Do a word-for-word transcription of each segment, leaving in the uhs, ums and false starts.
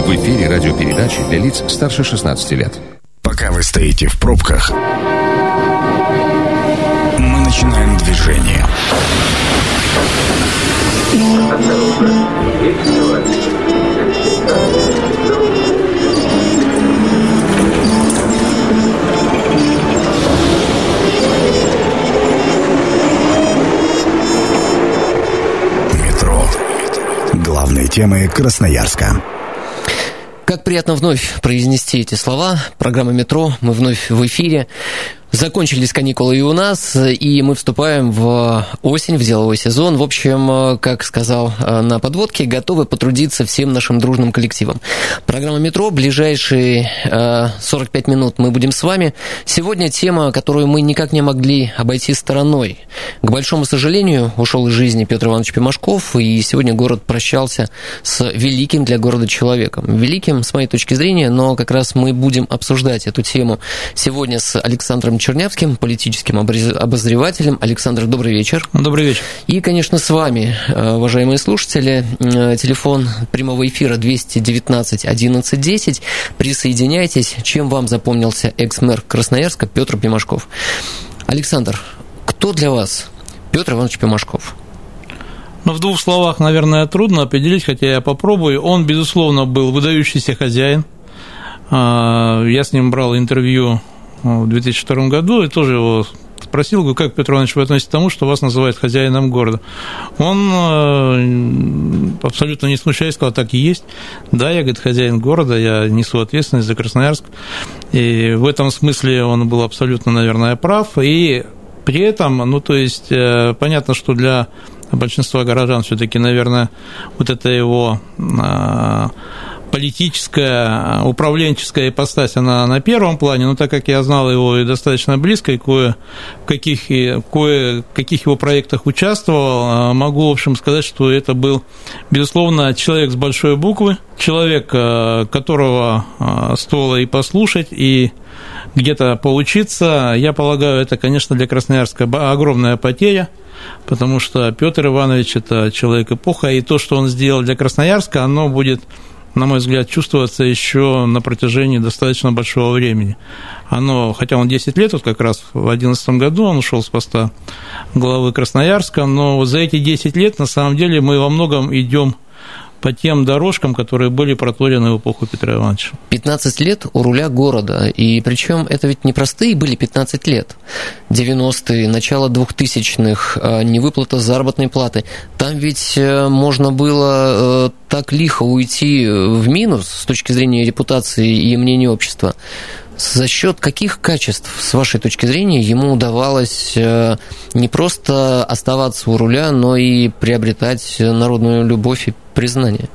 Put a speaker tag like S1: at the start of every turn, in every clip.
S1: В эфире радиопередачи для лиц старше шестнадцати лет.
S2: Пока вы стоите в пробках, мы начинаем движение. Метро. Главные темы Красноярска.
S3: Как приятно вновь произнести эти слова. Программа «Метро». Мы вновь в эфире. Закончились каникулы и у нас, и мы вступаем в осень, в деловой сезон. В общем, как сказал на подводке, готовы потрудиться всем нашим дружным коллективом. Программа «Метро». Ближайшие сорок пять минут мы будем с вами. Сегодня тема, которую мы никак не могли обойти стороной. К большому сожалению, ушел из жизни Петр Иванович Пимашков, и сегодня город прощался с великим для города человеком. Великим, с моей точки зрения, но как раз мы будем обсуждать эту тему сегодня с Александром Чернявским, политическим обозревателем. Александр, добрый вечер.
S4: Добрый вечер.
S3: И, конечно, с вами, уважаемые слушатели, телефон прямого эфира двести девятнадцать одиннадцать десять. Присоединяйтесь. Чем вам запомнился экс-мэр Красноярска Петр Пимашков? Александр, кто для вас Петр Иванович Пимашков?
S4: Ну, в двух словах, наверное, трудно определить, хотя я попробую. Он, безусловно, был выдающийся хозяин. Я с ним брал интервью в две тысячи втором году, и тоже его спросил, говорю, как, Петр Иванович, вы относитесь к тому, что вас называют хозяином города? Он, абсолютно не смущаясь, сказал, так и есть. Да, я, говорит, хозяин города, я несу ответственность за Красноярск. И в этом смысле он был абсолютно, наверное, прав. И при этом, ну, то есть, понятно, что для большинства горожан все-таки, наверное, вот это его политическая, управленческая ипостась, она на первом плане, но так как я знал его и достаточно близко, и кое в каких, кое каких его проектах участвовал, могу, в общем, сказать, что это был, безусловно, человек с большой буквы, человек, которого стоило и послушать, и где-то поучиться. Я полагаю, это, конечно, для Красноярска огромная потеря, потому что Петр Иванович – это человек эпоха, и то, что он сделал для Красноярска, оно будет, на мой взгляд, чувствоваться еще на протяжении достаточно большого времени. Оно, хотя он десять лет, вот как раз в две тысячи одиннадцатом году он ушел с поста главы Красноярска, но вот за эти десять лет, на самом деле, мы во многом идем по тем дорожкам, которые были проторены в эпоху Петра Ивановича.
S3: пятнадцать лет у руля города, и причем это ведь не простые были пятнадцать лет. девяностые, начало двухтысячных, невыплата заработной платы. Там ведь можно было так лихо уйти в минус с точки зрения репутации и мнения общества. За счет каких качеств, с вашей точки зрения, ему удавалось не просто оставаться у руля, но и приобретать народную любовь и признание?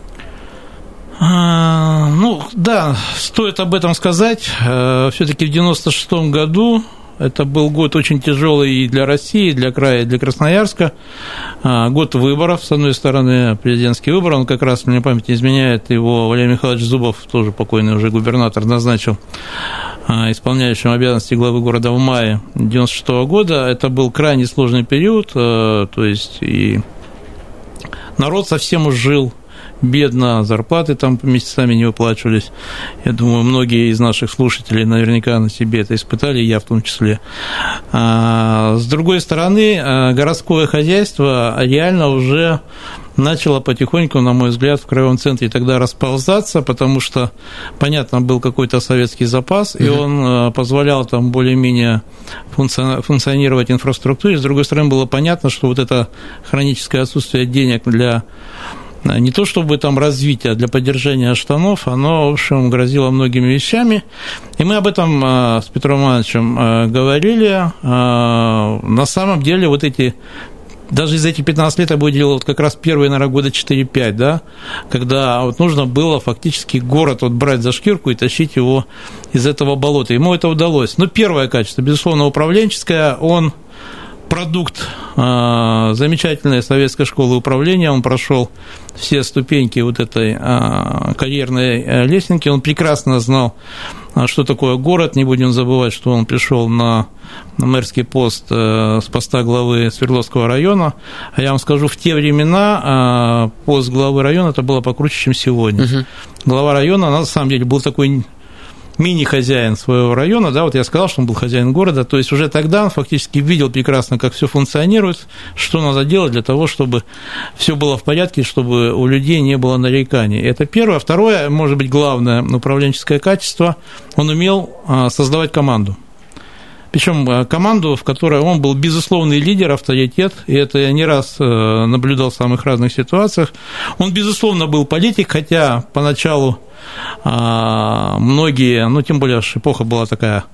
S4: А, ну, да, стоит об этом сказать. Все-таки в девяносто шестом году это был год очень тяжелый и для России, и для края, и для Красноярска. Год выборов, с одной стороны, президентский выбор, он как раз, мне память не изменяет, его Валерий Михайлович Зубов, тоже покойный уже губернатор, назначил исполняющим обязанности главы города в мае девяносто шестого года. Это был крайне сложный период, то есть и народ совсем уж жил бедно, зарплаты там месяцами не выплачивались. Я думаю, многие из наших слушателей наверняка на себе это испытали, я в том числе. С другой стороны, городское хозяйство реально уже начало потихоньку, на мой взгляд, в краевом центре тогда расползаться, потому что, понятно, был какой-то советский запас, и он позволял там более-менее функционировать инфраструктуре. С другой стороны, было понятно, что вот это хроническое отсутствие денег для не то чтобы там развития, а для поддержания штанов, оно, в общем, грозило многими вещами. И мы об этом с Петром Ивановичем говорили. На самом деле, вот эти, даже из этих пятнадцати лет я выделил вот как раз первые, наверное, года четыре-пять, да, когда вот нужно было фактически город вот брать за шкирку и тащить его из этого болота. Ему это удалось. Ну, первое качество, безусловно, управленческое, он продукт э, замечательной советской школы управления, он прошел все ступеньки вот этой э, карьерной лестницы, он прекрасно знал что такое город. Не будем забывать, что он пришел на мэрский пост с поста главы Свердловского района. А я вам скажу, в те времена пост главы района это было покруче, чем сегодня. Угу. Глава района, на самом деле, был такой мини-хозяин своего района, да, вот я сказал, что он был хозяин города, то есть уже тогда он фактически видел прекрасно, как все функционирует, что надо делать для того, чтобы все было в порядке, чтобы у людей не было нареканий. Это первое. Второе, может быть, главное управленческое качество, он умел создавать команду. Причем команду, в которой он был безусловный лидер, авторитет, и это я не раз наблюдал в самых разных ситуациях. Он, безусловно, был политик, хотя поначалу многие, ну, тем более, что эпоха была такая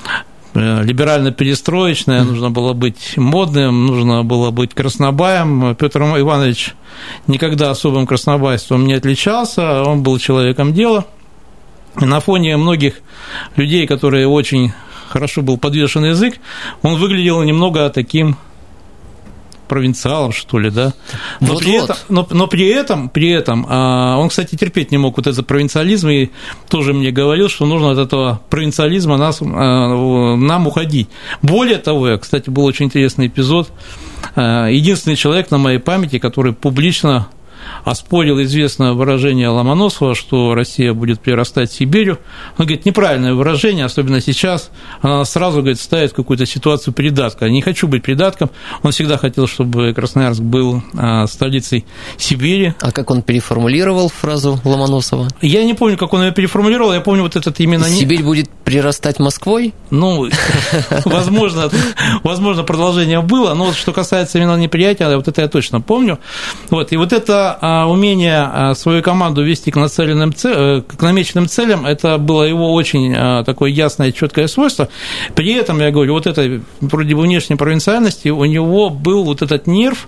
S4: либерально-перестроечная, нужно было быть модным, нужно было быть краснобаем. Петр Иванович никогда особым краснобайством не отличался, он был человеком дела. И на фоне многих людей, которые очень хорошо был подвешен язык, он выглядел немного таким провинциалом, что ли, да. Но, вот при, вот. Этом, но, но при этом, при этом он, кстати, терпеть не мог вот этот провинциализм, и тоже мне говорил, что нужно от этого провинциализма нас, нам уходить. Более того, кстати, был очень интересный эпизод. Единственный человек на моей памяти, который публично оспорил известное выражение Ломоносова, что Россия будет прирастать Сибирью. Он говорит, неправильное выражение, особенно сейчас, она сразу, говорит, ставит в какую-то ситуацию придатка. Я не хочу быть придатком. Он всегда хотел, чтобы Красноярск был столицей Сибири.
S3: А как он переформулировал фразу Ломоносова?
S4: Я не помню, как он ее переформулировал, я помню вот этот именно...
S3: Сибирь будет прирастать Москвой?
S4: Ну, возможно, возможно, продолжение было, но вот что касается именно неприятия, вот это я точно помню. Вот, и вот это умение свою команду вести к нацеленным, к намеченным целям, это было его очень такое ясное, четкое свойство. При этом, я говорю, вот это вроде бы внешней провинциальности, у него был вот этот нерв,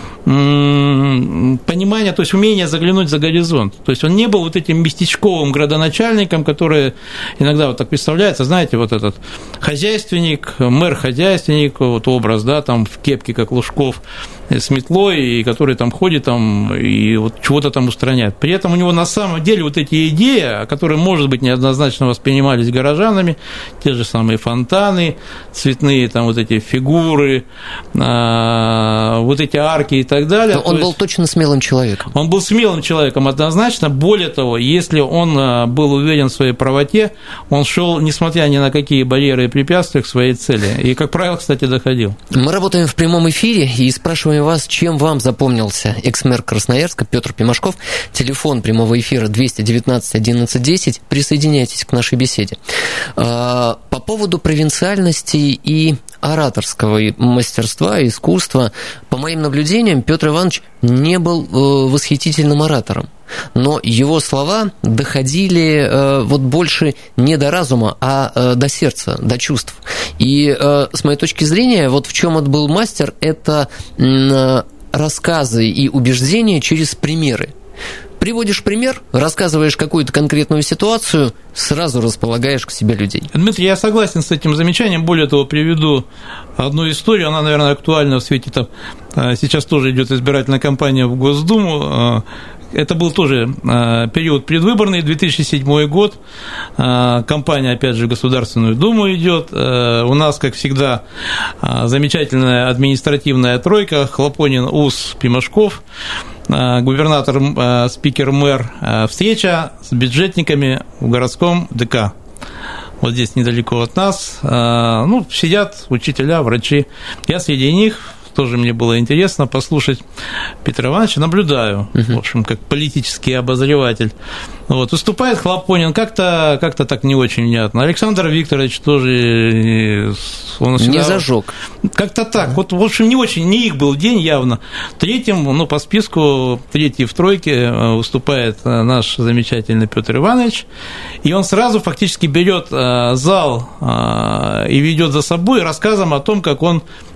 S4: понимание, то есть умение заглянуть за горизонт. То есть он не был вот этим местечковым градоначальником, который иногда вот так представляется, знаете, вот этот хозяйственник, мэр-хозяйственник, вот образ, да, там в кепке, как Лужков, с метлой, и который там ходит там, и вот чего-то там устраняет. При этом у него на самом деле вот эти идеи, которые, может быть, неоднозначно воспринимались горожанами, те же самые фонтаны, цветные там вот эти фигуры, вот эти арки и так далее.
S3: Но он был точно смелым человеком.
S4: Он был смелым человеком однозначно. Более того, если он был уверен в своей правоте, он шел, несмотря ни на какие барьеры и препятствия, к своей цели. И, как правило, кстати, доходил.
S3: Мы работаем в прямом эфире и спрашиваем вас, чем вам запомнился экс-мэр Красноярска Петр Пимашков. Телефон прямого эфира двести девятнадцать одиннадцать десять. Присоединяйтесь к нашей беседе. По поводу провинциальности и ораторского мастерства, искусства, по моим наблюдениям, Петр Иванович не был восхитительным оратором. Но его слова доходили э, вот больше не до разума, а э, до сердца, до чувств. И э, с моей точки зрения, вот в чем он был мастер, это э, рассказы и убеждения через примеры. Приводишь пример, рассказываешь какую-то конкретную ситуацию, сразу располагаешь к себе людей.
S4: Дмитрий, я согласен с этим замечанием. Более того, приведу одну историю. Она, наверное, актуальна в свете там. Сейчас тоже идет избирательная кампания в Госдуму. Это был тоже период предвыборный, две тысячи седьмой год, кампания, опять же, в Государственную Думу идет. У нас, как всегда, замечательная административная тройка: Хлопонин, Ус, Пимашков, губернатор, спикер, мэр. Встреча с бюджетниками в городском ДК. Вот здесь недалеко от нас. Ну, сидят учителя, врачи. Я среди них. Тоже мне было интересно послушать Петра Ивановича, наблюдаю, uh-huh. в общем, как политический обозреватель. Вот, выступает Хлопонин, как-то, как-то так не очень внятно. Александр Викторович тоже... Он всегда...
S3: Не зажег.
S4: Как-то так. Uh-huh. Вот, в общем, не очень, не их был день явно. Третьим, ну, по списку, третий в тройке выступает наш замечательный Петр Иванович, и он сразу фактически берет зал и ведет за собой рассказом о том, как он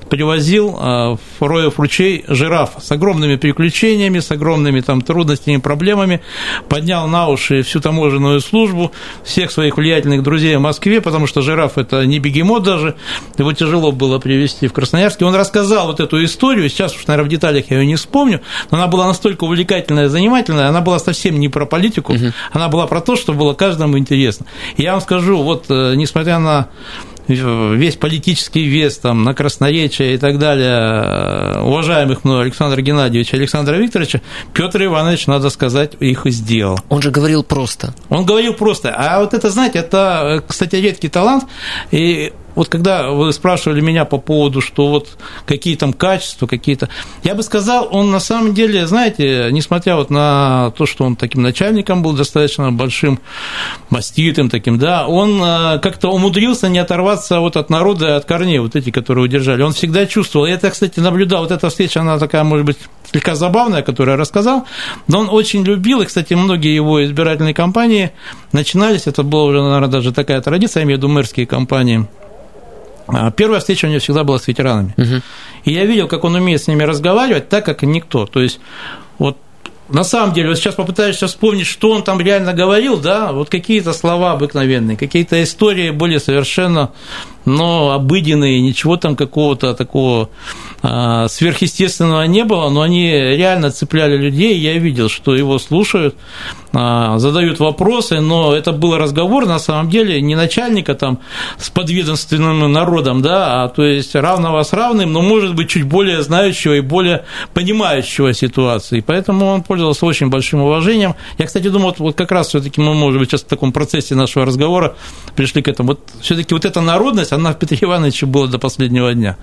S4: привозил в Роев ручей жирафа с огромными приключениями, с огромными там трудностями, проблемами, поднял на уши всю таможенную службу, всех своих влиятельных друзей в Москве, потому что жираф – это не бегемот даже, его тяжело было привезти в Красноярск. И он рассказал вот эту историю, сейчас уж, наверное, в деталях я ее не вспомню, но она была настолько увлекательная, занимательная, она была совсем не про политику, угу. Она была про то, что было каждому интересно. И я вам скажу, вот несмотря на весь политический вес, там, на красноречие и так далее уважаемых мной Александра Геннадьевича и Александра Викторовича, Петр Иванович, надо сказать, их и сделал.
S3: Он же говорил просто.
S4: Он говорил просто. А вот это, знаете, это, кстати, редкий талант. И вот когда вы спрашивали меня по поводу, что вот какие там качества, какие-то... Я бы сказал, он на самом деле, знаете, несмотря вот на то, что он таким начальником был, достаточно большим, маститым таким, да, он как-то умудрился не оторваться вот от народа и от корней, вот эти, которые удержали. Он всегда чувствовал. Я это, кстати, наблюдал. Вот эта встреча, она такая, может быть, слегка забавная, которую я рассказал, но он очень любил, и, кстати, многие его избирательные кампании начинались, это была уже, наверное, даже такая традиция, я имею в виду мэрские кампании. Первая встреча у него всегда была с ветеранами. Угу. И я видел, как он умеет с ними разговаривать так, как никто. То есть, вот на самом деле, вот сейчас попытаешься вспомнить, что он там реально говорил, да, вот какие-то слова обыкновенные, какие-то истории были совершенно, но обыденные, ничего там какого-то такого а, сверхъестественного не было, но они реально цепляли людей, я видел, что его слушают, а, задают вопросы, но это был разговор, на самом деле, не начальника там с подведомственным народом, да, а то есть равного с равным, но, может быть, чуть более знающего и более понимающего ситуации, поэтому он пользовался очень большим уважением. Я, кстати, думаю, вот, вот как раз все-таки мы, может быть, сейчас в таком процессе нашего разговора пришли к этому. Вот все-таки вот эта народность, она в Петре Ивановиче была до последнего дня.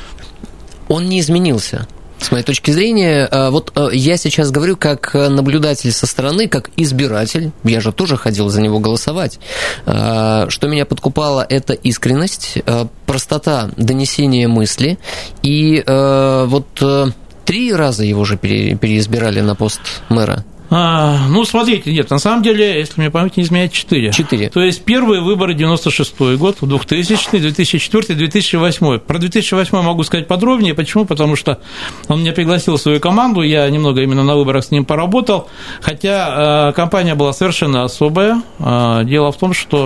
S3: Он не изменился. С моей точки зрения, вот я сейчас говорю как наблюдатель со стороны, как избиратель, я же тоже ходил за него голосовать. Что меня подкупало, это искренность, простота донесения мысли, и вот три раза его же переизбирали на пост мэра.
S4: А, ну, смотрите, нет, на самом деле, если мне память не изменяет, четыре.
S3: Четыре.
S4: То есть первые выборы девяносто шестой год, двухтысячный, две тысячи четвёртый, две тысячи восьмой. Про две тысячи восьмой могу сказать подробнее. Почему? Потому что он меня пригласил в свою команду, я немного именно на выборах с ним поработал, хотя э, кампания была совершенно особая. Э, дело в том, что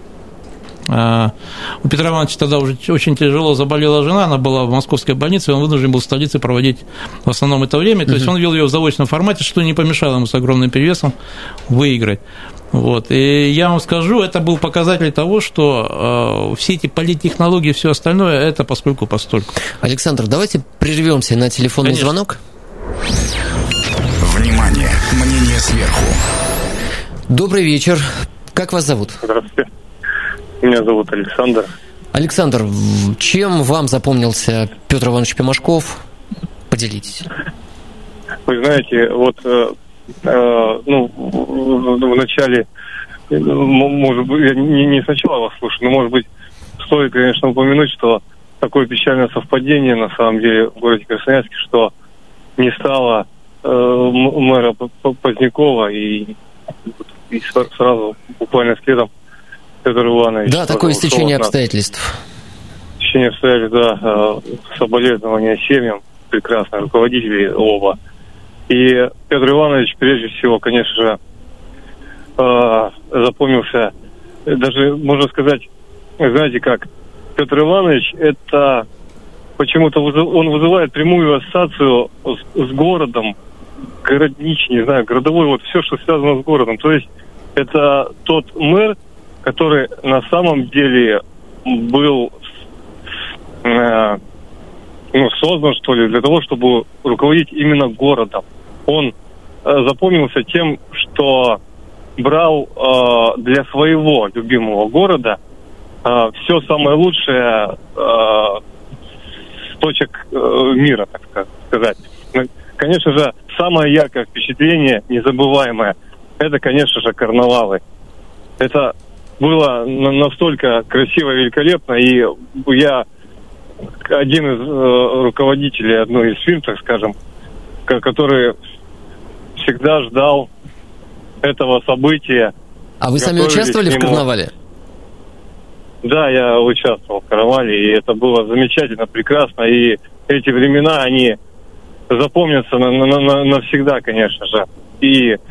S4: у Петра Ивановича тогда уже очень тяжело заболела жена, она была в московской больнице, и он вынужден был в столице проводить в основном это время, то есть он вел ее в заочном формате, что не помешало ему с огромным перевесом выиграть. Вот. И я вам скажу, это был показатель того, что э, все эти политтехнологии и все остальное, это поскольку постольку.
S3: Александр, давайте прервемся на телефонный
S4: Конечно.
S3: звонок.
S2: Внимание, мнение сверху.
S3: Добрый вечер. Как вас зовут?
S5: Здравствуйте. Меня зовут Александр.
S3: Александр, чем вам запомнился Петр Иванович Пимашков? Поделитесь.
S5: Вы знаете, вот э, э, ну, в начале, может быть, я не, не сначала вас слушаю, но, может быть, стоит, конечно, упомянуть, что такое печальное совпадение, на самом деле, в городе Красноярске, что не стало э, мэра Позднякова, и, и сразу, буквально следом, Петр Иванович.
S3: Да, такое стечение обстоятельств.
S5: Стечение обстоятельств, да. Соболезнования семьям, прекрасные руководители оба. И Петр Иванович, прежде всего, конечно же, запомнился, даже, можно сказать, знаете как, Петр Иванович, это почему-то он вызывает прямую ассоциацию с, с городом, городнич, не знаю, городовой, вот все, что связано с городом. То есть это тот мэр, который на самом деле был э, ну, создан, что ли, для того, чтобы руководить именно городом. Он э, запомнился тем, что брал э, для своего любимого города э, все самое лучшее э, с точек э, мира, так сказать. Конечно же, самое яркое впечатление, незабываемое, это, конечно же, карнавалы. Это было настолько красиво и великолепно, и я один из э, руководителей одной из фирм, так скажем, который всегда ждал этого события.
S3: А вы сами участвовали в карнавале?
S5: Да, я участвовал в карнавале, и это было замечательно, прекрасно, и эти времена, они запомнятся на, на, на, навсегда, конечно же. И э,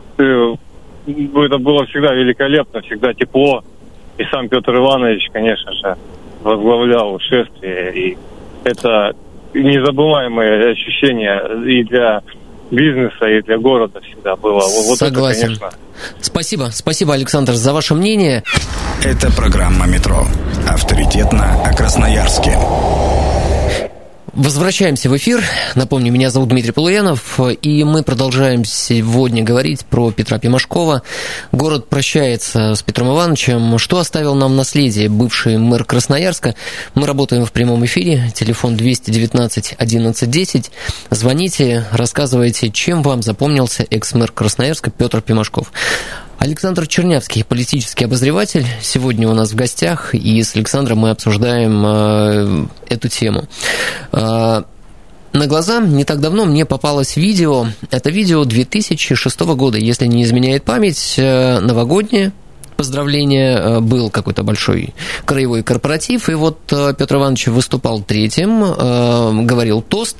S5: это было всегда великолепно, всегда тепло. И сам Петр Иванович, конечно же, возглавлял шествие. И это незабываемое ощущение и для бизнеса, и для города всегда было. Вот
S3: Согласен.
S5: Это, конечно.
S3: Спасибо, спасибо, Александр, за ваше мнение.
S2: Это программа «Метро». Авторитетно о Красноярске.
S3: Возвращаемся в эфир. Напомню, меня зовут Дмитрий Полуянов, и мы продолжаем сегодня говорить про Петра Пимашкова. Город прощается с Петром Ивановичем. Что оставил нам наследие бывший мэр Красноярска? Мы работаем в прямом эфире. Телефон двести девятнадцать одиннадцать десять. Звоните, рассказывайте, чем вам запомнился экс-мэр Красноярска Петр Пимашков. Александр Чернявский, политический обозреватель, сегодня у нас в гостях, и с Александром мы обсуждаем э, эту тему. Э, на глаза не так давно мне попалось видео, это видео две тысячи шестого года, если не изменяет память, э, новогоднее. Поздравление, был какой-то большой краевой корпоратив, и вот Петр Иванович выступал третьим, говорил тост,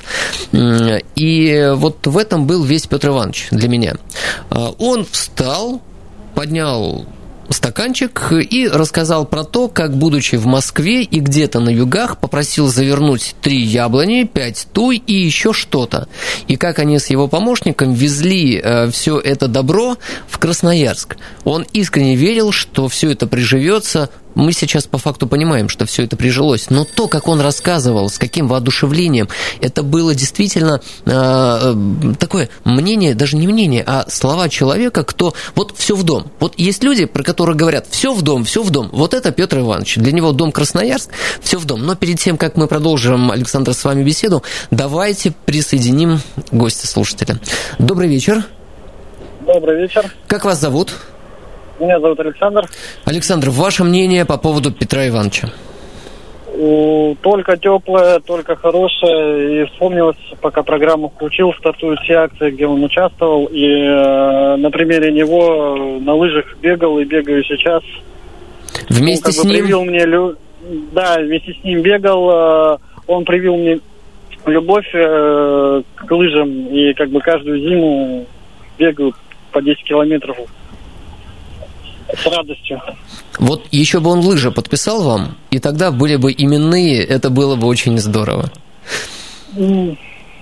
S3: и вот в этом был весь Петр Иванович для меня. Он встал, поднял стаканчик и рассказал про то, как, будучи в Москве и где-то на югах, попросил завернуть три яблони, пять туй и еще что-то. И как они с его помощником везли э, все это добро в Красноярск. Он искренне верил, что все это приживется. Мы сейчас по факту понимаем, что все это прижилось, но то, как он рассказывал, с каким воодушевлением, это было действительно э, такое мнение, даже не мнение, а слова человека, кто вот все в дом. Вот есть люди, про которых говорят все в дом, все в дом. Вот это Петр Иванович. Для него дом Красноярск, все в дом. Но перед тем, как мы продолжим, Александр, с вами беседу, давайте присоединим гостя-слушателя. Добрый вечер.
S6: Добрый вечер.
S3: Как вас зовут?
S6: Меня зовут Александр.
S3: Александр, ваше мнение по поводу Петра Ивановича?
S6: Только теплое, только хорошее. И вспомнилось, пока программу включил, стартуют все акции, где он участвовал. И э, на примере него на лыжах бегал и бегаю сейчас.
S3: Вместе
S6: он,
S3: с ним?
S6: Привил мне, да, вместе с ним бегал. Э, он привил мне любовь э, к лыжам. И как бы каждую зиму бегаю по десять километров. С радостью.
S3: Вот еще бы он лыжи подписал вам, и тогда были бы именные, это было бы очень здорово.
S6: Mm.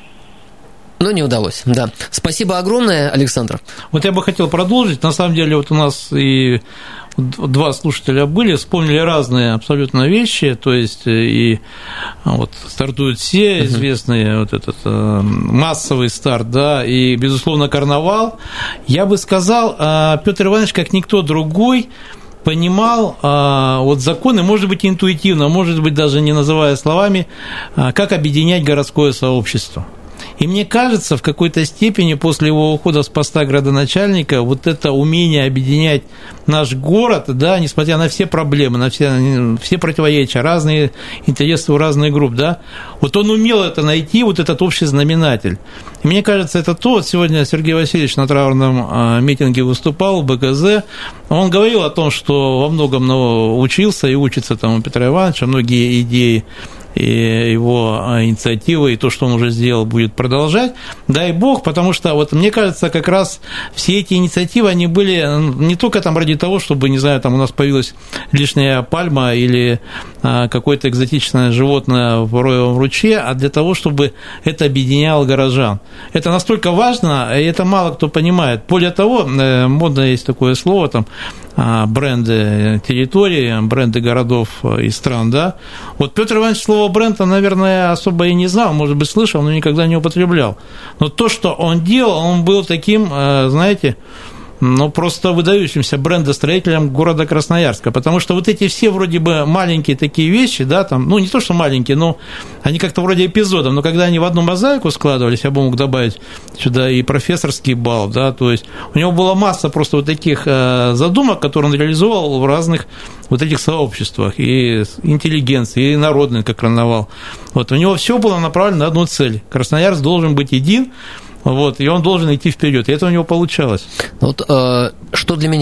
S3: Но не удалось, да. Спасибо огромное, Александр.
S4: Вот я бы хотел продолжить. На самом деле, вот у нас и два слушателя были, вспомнили разные абсолютно вещи, то есть и вот стартуют все известные, вот этот массовый старт, да, и, безусловно, карнавал. Я бы сказал, Петр Иванович, как никто другой, понимал вот законы, может быть, интуитивно, может быть, даже не называя словами, как объединять городское сообщество. И мне кажется, в какой-то степени после его ухода с поста градоначальника вот это умение объединять наш город, да, несмотря на все проблемы, на все, все противоречия, разные интересы у разных групп, да, вот он умел это найти, вот этот общий знаменатель. И мне кажется, это то, вот сегодня Сергей Васильевич на траурном митинге выступал в бэ ка зэ, он говорил о том, что во многом учился и учится там у Петра Ивановича, многие идеи и его инициативы, и то, что он уже сделал, будет продолжать. Дай бог, потому что, вот мне кажется, как раз все эти инициативы, они были не только там ради того, чтобы, не знаю, там у нас появилась лишняя пальма или какое-то экзотичное животное в роевом ручье, а для того, чтобы это объединяло горожан. Это настолько важно, и это мало кто понимает. Более того, модно есть такое слово, там, бренды территории, бренды городов и стран, да. Вот Петр Иванович слово бренд, наверное, особо и не знал, может быть, слышал, но никогда не употреблял. Но то, что он делал, он был таким, знаете, ну, просто выдающимся брендостроителем города Красноярска, потому что вот эти все вроде бы маленькие такие вещи, да, там, ну, не то, что маленькие, но они как-то вроде эпизодов, но когда они в одну мозаику складывались, я бы мог добавить сюда и профессорский балл, да, то есть у него была масса просто вот таких задумок, которые он реализовал в разных вот этих сообществах, и интеллигенции, и народный, как карнавал. Вот, у него все было направлено на одну цель. Красноярск должен быть един, вот, и он должен идти вперед, и это у него получалось.
S3: Вот э, что для меня?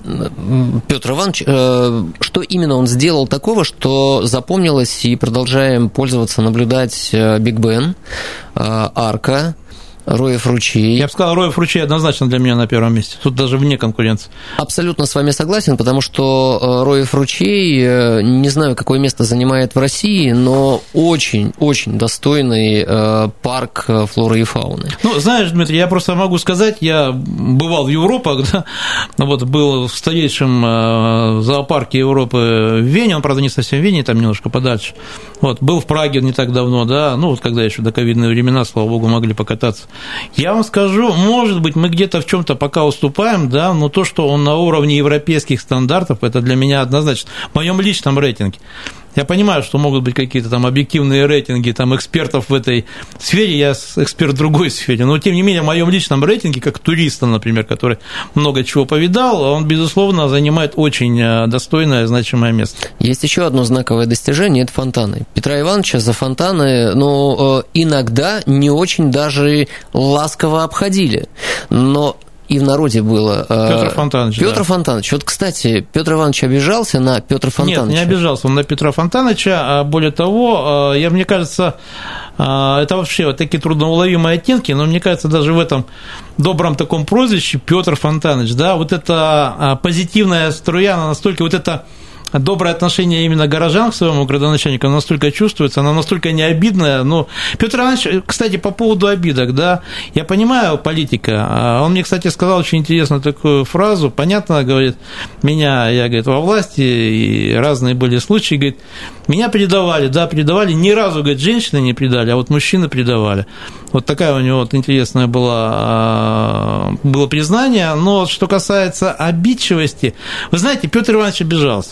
S3: Петр Иванович, что именно он сделал такого, что запомнилось и продолжаем пользоваться, наблюдать Биг Бен, Арка, Роев ручей.
S4: Я бы сказал, Роев ручей однозначно для меня на первом месте. Тут даже вне конкуренции.
S3: Абсолютно с вами согласен, потому что Роев ручей, не знаю, какое место занимает в России, но очень-очень достойный парк флоры и фауны.
S4: Ну, знаешь, Дмитрий, я просто могу сказать, я бывал в Европе, да, вот, был в старейшем зоопарке Европы в Вене, он, правда, не совсем в Вене, там немножко подальше. Вот, был в Праге не так давно, да, ну, вот когда еще до ковидные времена, слава богу, могли покататься. Я вам скажу, может быть, мы где-то в чем-то пока уступаем, да, но то, что он на уровне европейских стандартов, это для меня однозначно. В моем личном рейтинге. Я понимаю, что могут быть какие-то там объективные рейтинги там, экспертов в этой сфере, я эксперт в другой сфере, но, тем не менее, в моем личном рейтинге, как туриста, например, который много чего повидал, он, безусловно, занимает очень достойное, значимое место.
S3: Есть еще одно знаковое достижение – это фонтаны. Петра Ивановича за фонтаны, ну, иногда не очень даже ласково обходили, но... И в народе было.
S4: Петр Фонтанович.
S3: Петр
S4: да.
S3: Фонтанович. Вот, кстати, Петр Иванович обижался на Петра Фонтановича?
S4: Нет, не обижался он на Петра Фонтановича, а более того, я, мне кажется, это вообще вот такие трудноуловимые оттенки, но мне кажется, даже в этом добром таком прозвище Петр Фонтанович, да, вот эта позитивная струя, она настолько, вот это доброе отношение именно горожан к своему градоначальнику, оно настолько чувствуется, оно настолько не обидное. Ну, Петр Иванович, кстати, по поводу обидок, да, я понимаю политика. Он мне, кстати, сказал очень интересную такую фразу. Понятно, говорит, меня, я, говорит, во власти, и разные были случаи, говорит, меня предавали, да, предавали, ни разу, говорит, женщины не предали, а вот мужчины предавали. Вот такая у него вот интересная была, было признание. Но что касается обидчивости, вы знаете, Петр Иванович обижался.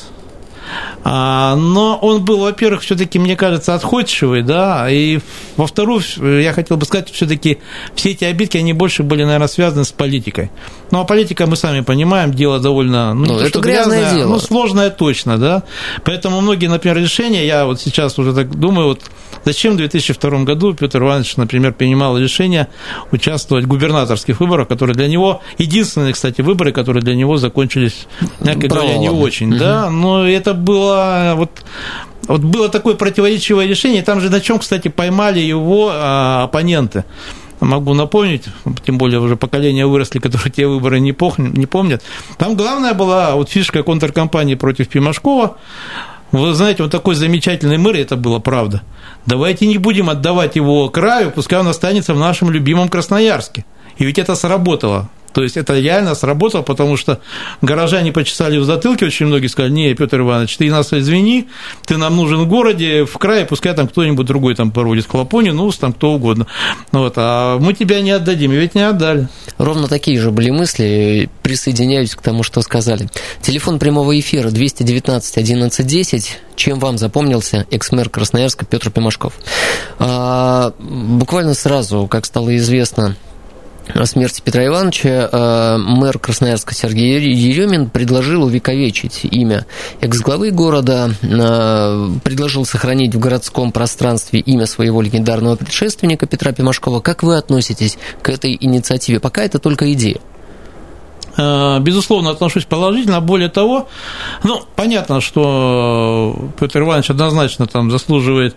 S4: Но он был, во-первых, все-таки, мне кажется, отходчивый, да, и во-вторых, я хотел бы сказать, все-таки все эти обидки, они больше были, наверное, связаны с политикой. Ну, а политика, мы сами понимаем, дело довольно, ну, не
S3: ну,
S4: то,
S3: это
S4: что
S3: грязное
S4: грязное,
S3: дело.
S4: но сложное точно, да, поэтому многие, например, решения, я вот сейчас уже так думаю, вот зачем в две тысячи втором году Петр Иванович, например, принимал решение участвовать в губернаторских выборах, которые для него, единственные, кстати, выборы, которые для него закончились, мягко говоря, не очень, угу. да, но это было вот, вот было такое противоречивое решение, там же на чем, кстати, поймали его а, оппоненты. Могу напомнить, тем более уже поколения выросли, которые те выборы не помнят. Там главная была вот фишка контркампании против Пимашкова. Вы знаете, вот такой замечательный мэр, это было правда. Давайте не будем отдавать его краю, пускай он останется в нашем любимом Красноярске. И ведь это сработало. То есть это реально сработало, потому что горожане почесали в затылке, очень многие сказали: не, Петр Иванович, ты нас извини, ты нам нужен в городе, в крае, пускай там кто-нибудь другой там проводит хлопонью, ну, там кто угодно. Вот, а мы тебя не отдадим, и ведь не отдали.
S3: Ровно такие же были мысли, присоединяюсь к тому, что сказали. Телефон прямого эфира двести девятнадцать одиннадцать десять. Чем вам запомнился экс-мэр Красноярска Петр Пимашков? А, буквально сразу, как стало известно о смерти Петра Ивановича, мэр Красноярска Сергей Еремин предложил увековечить имя экс-главы города, предложил сохранить в городском пространстве имя своего легендарного предшественника Петра Пимашкова. Как вы относитесь к этой инициативе? Пока это только идея.
S4: Безусловно, отношусь положительно. Более того, ну, понятно, что Петр Иванович однозначно там заслуживает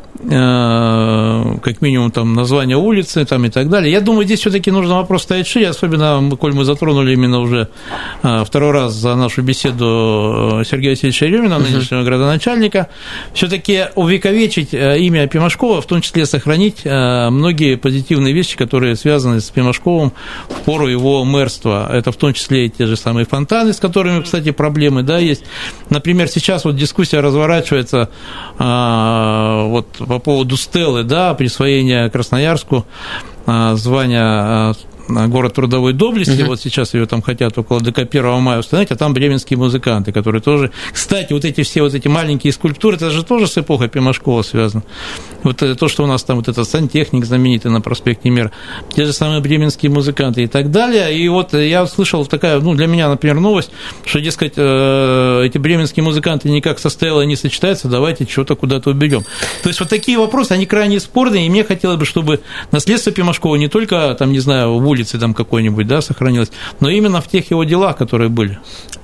S4: как минимум там название улицы там, и так далее. Я думаю, здесь все-таки нужно вопрос ставить шире, особенно, коль мы затронули именно уже второй раз за нашу беседу Сергея Васильевича Еремина, нынешнего градоначальника, все-таки увековечить имя Пимашкова, в том числе сохранить многие позитивные вещи, которые связаны с Пимашковым в пору его мэрства. Это в том числе и те же самые фонтаны, с которыми, кстати, проблемы, да, есть. Например, сейчас вот дискуссия разворачивается вот по поводу стелы, да, присвоения Красноярску звания город трудовой доблести, uh-huh. вот сейчас ее там хотят около ДК первого мая установить, а там бременские музыканты, которые тоже... Кстати, вот эти все вот эти маленькие скульптуры, это же тоже с эпохой Пимашкова связано. Вот то, что у нас там вот этот сантехник знаменитый на проспекте Мира, те же самые бременские музыканты и так далее. И вот я слышал такая, ну, для меня, например, новость, что, дескать, эти бременские музыканты никак со стелой не сочетаются, давайте что-то куда-то уберем. То есть вот такие вопросы, они крайне спорные, и мне хотелось бы, чтобы наследство Пимашкова не только, там, не знаю, в улице там какой-нибудь, да, сохранилось, но именно в тех его делах, которые были.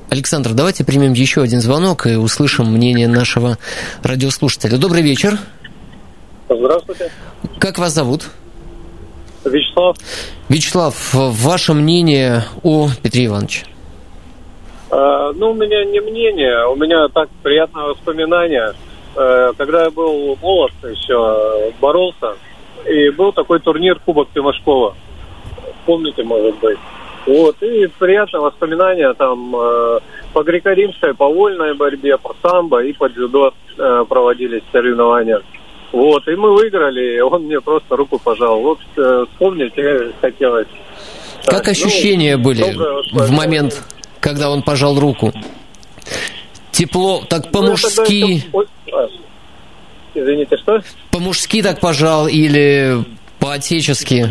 S3: Александр, давайте примем еще один звонок и услышим мнение нашего радиослушателя. Добрый вечер.
S7: Здравствуйте.
S3: Как вас зовут?
S7: Вячеслав.
S3: Вячеслав, ваше мнение о Петре Ивановиче?
S7: Э, ну, у меня не мнение, у меня так приятное воспоминание. Э, когда я был молод еще, боролся, и был такой турнир Кубок Тимошкова. Помните, может быть? Вот, и приятное воспоминание там э, по греко-римской, по вольной борьбе, по самбо и по дзюдо э, проводились соревнования. Вот, и мы выиграли, он мне просто руку пожал. Вот э, вспомнить хотелось.
S3: Как
S7: так,
S3: ощущения
S7: ну,
S3: были в момент, когда он пожал руку? Тепло, так по-мужски...
S7: Ну, это... Извините, что?
S3: По-мужски так пожал или по-отечески?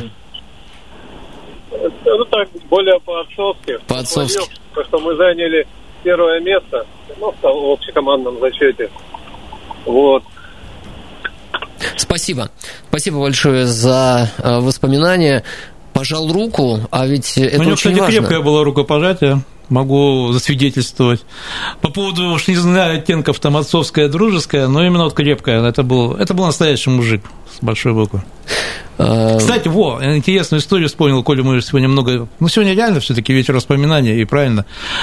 S7: Ну так, более по-отцовски.
S3: По-отцовски.
S7: Потому что мы заняли первое место, ну, в общекомандном зачете. Вот.
S3: Спасибо. Спасибо большое за э, воспоминания. Пожал руку, а ведь это
S4: У него,
S3: очень
S4: кстати,
S3: важно.
S4: крепкое было рукопожатие. Могу засвидетельствовать. По поводу, уж не знаю, оттенков там отцовское, дружеское, но именно вот крепкое. Это был, это был настоящий мужик с большой буквы. Кстати, во, интересную историю вспомнил, Коля, мы сегодня много... Ну, сегодня реально все-таки вечер воспоминаний, и правильно.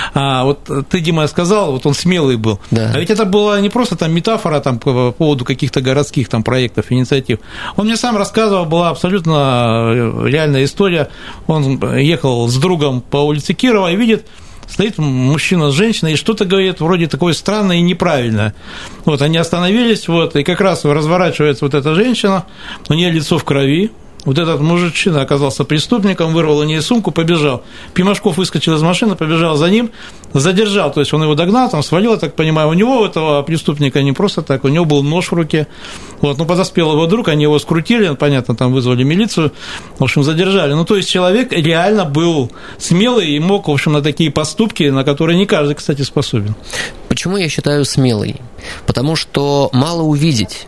S4: А вот ты, Дима, сказал, вот он смелый был.
S3: Да.
S4: А ведь это была не просто там метафора там, по поводу каких-то городских там проектов, инициатив. Он мне сам рассказывал, была абсолютно реальная история. Он ехал с другом по улице Кирова и видит, стоит мужчина с женщиной и что-то говорит вроде такое странное и неправильное. Вот, они остановились, вот, и как раз разворачивается вот эта женщина, у нее лицо в крови. Вот этот мужчина оказался преступником, вырвал у нее сумку, побежал. Пимашков выскочил из машины, побежал за ним, задержал, то есть он его догнал, там свалил, я так понимаю, у него, у этого преступника, не просто так, у него был нож в руке. Вот, ну, подоспел его друг, они его скрутили, понятно, там вызвали милицию, в общем, задержали. Ну, то есть человек реально был смелый и мог, в общем, на такие поступки, на которые не каждый, кстати, способен.
S3: Почему я считаю смелый? Потому что мало увидеть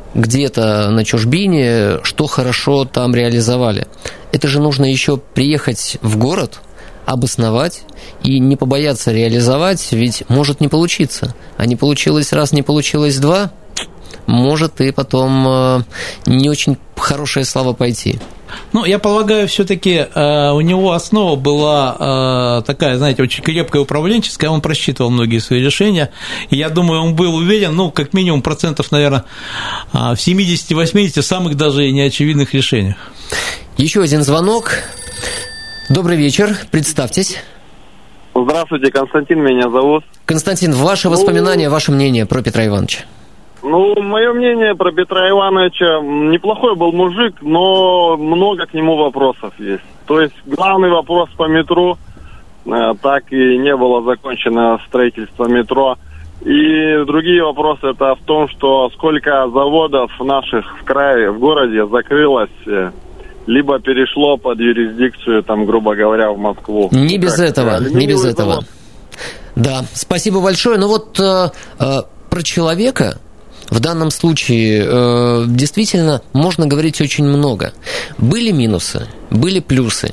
S3: где-то на чужбине, что хорошо там реализовали. Это же нужно еще приехать в город, обосновать и не побояться реализовать, ведь может не получиться. А не получилось раз, не получилось два, может и потом не очень хорошая слава пойти.
S4: Ну, я полагаю, все-таки э, у него основа была э, такая, знаете, очень крепкая управленческая, он просчитывал многие свои решения, и я думаю, он был уверен, ну, как минимум процентов, наверное, в семьдесят-восемьдесят самых даже неочевидных решениях.
S3: Еще один звонок. Добрый вечер, представьтесь.
S8: Здравствуйте, Константин меня зовут.
S3: Константин, ваши воспоминания, ваше мнение про Петра Ивановича?
S8: Ну, мое мнение про Петра Ивановича, неплохой был мужик, но много к нему вопросов есть. То есть главный вопрос по метро, так и не было закончено строительство метро. И другие вопросы это в том, что сколько заводов наших в крае, в городе закрылось, либо перешло под юрисдикцию, там, грубо говоря, в Москву.
S3: Не без
S8: как,
S3: этого, не без этого.
S8: завод.
S3: Да, спасибо большое. Ну вот э, э, про человека... В данном случае э, действительно можно говорить очень много. Были минусы, были плюсы,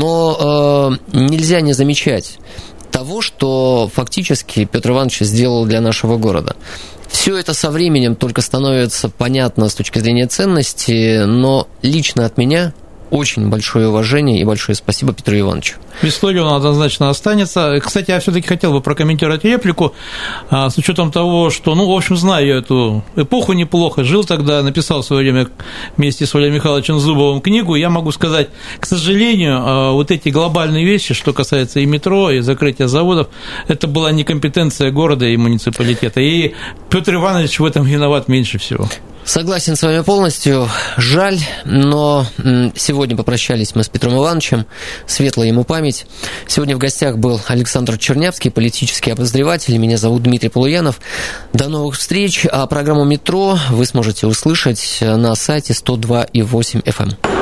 S3: но э, нельзя не замечать того, что фактически Петр Иванович сделал для нашего города. Все это со временем только становится понятно с точки зрения ценности, но лично от меня очень большое уважение и большое спасибо Петру Ивановичу.
S4: В истории он однозначно останется. Кстати, я все-таки хотел бы прокомментировать реплику с учетом того, что, ну, в общем, знаю я эту эпоху неплохо, жил тогда, написал в свое время вместе с Валерием Михайловичем Зубовым книгу. Я могу сказать, к сожалению, вот эти глобальные вещи, что касается и метро, и закрытия заводов, это была некомпетенция города и муниципалитета. И Петр Иванович в этом виноват меньше всего.
S3: Согласен с вами полностью. Жаль, но сегодня попрощались мы с Петром Ивановичем. Светлая ему память. Сегодня в гостях был Александр Чернявский, политический обозреватель. Меня зовут Дмитрий Полуянов. До новых встреч. А программу «Метро» вы сможете услышать на сайте сто два и восемь эф эм.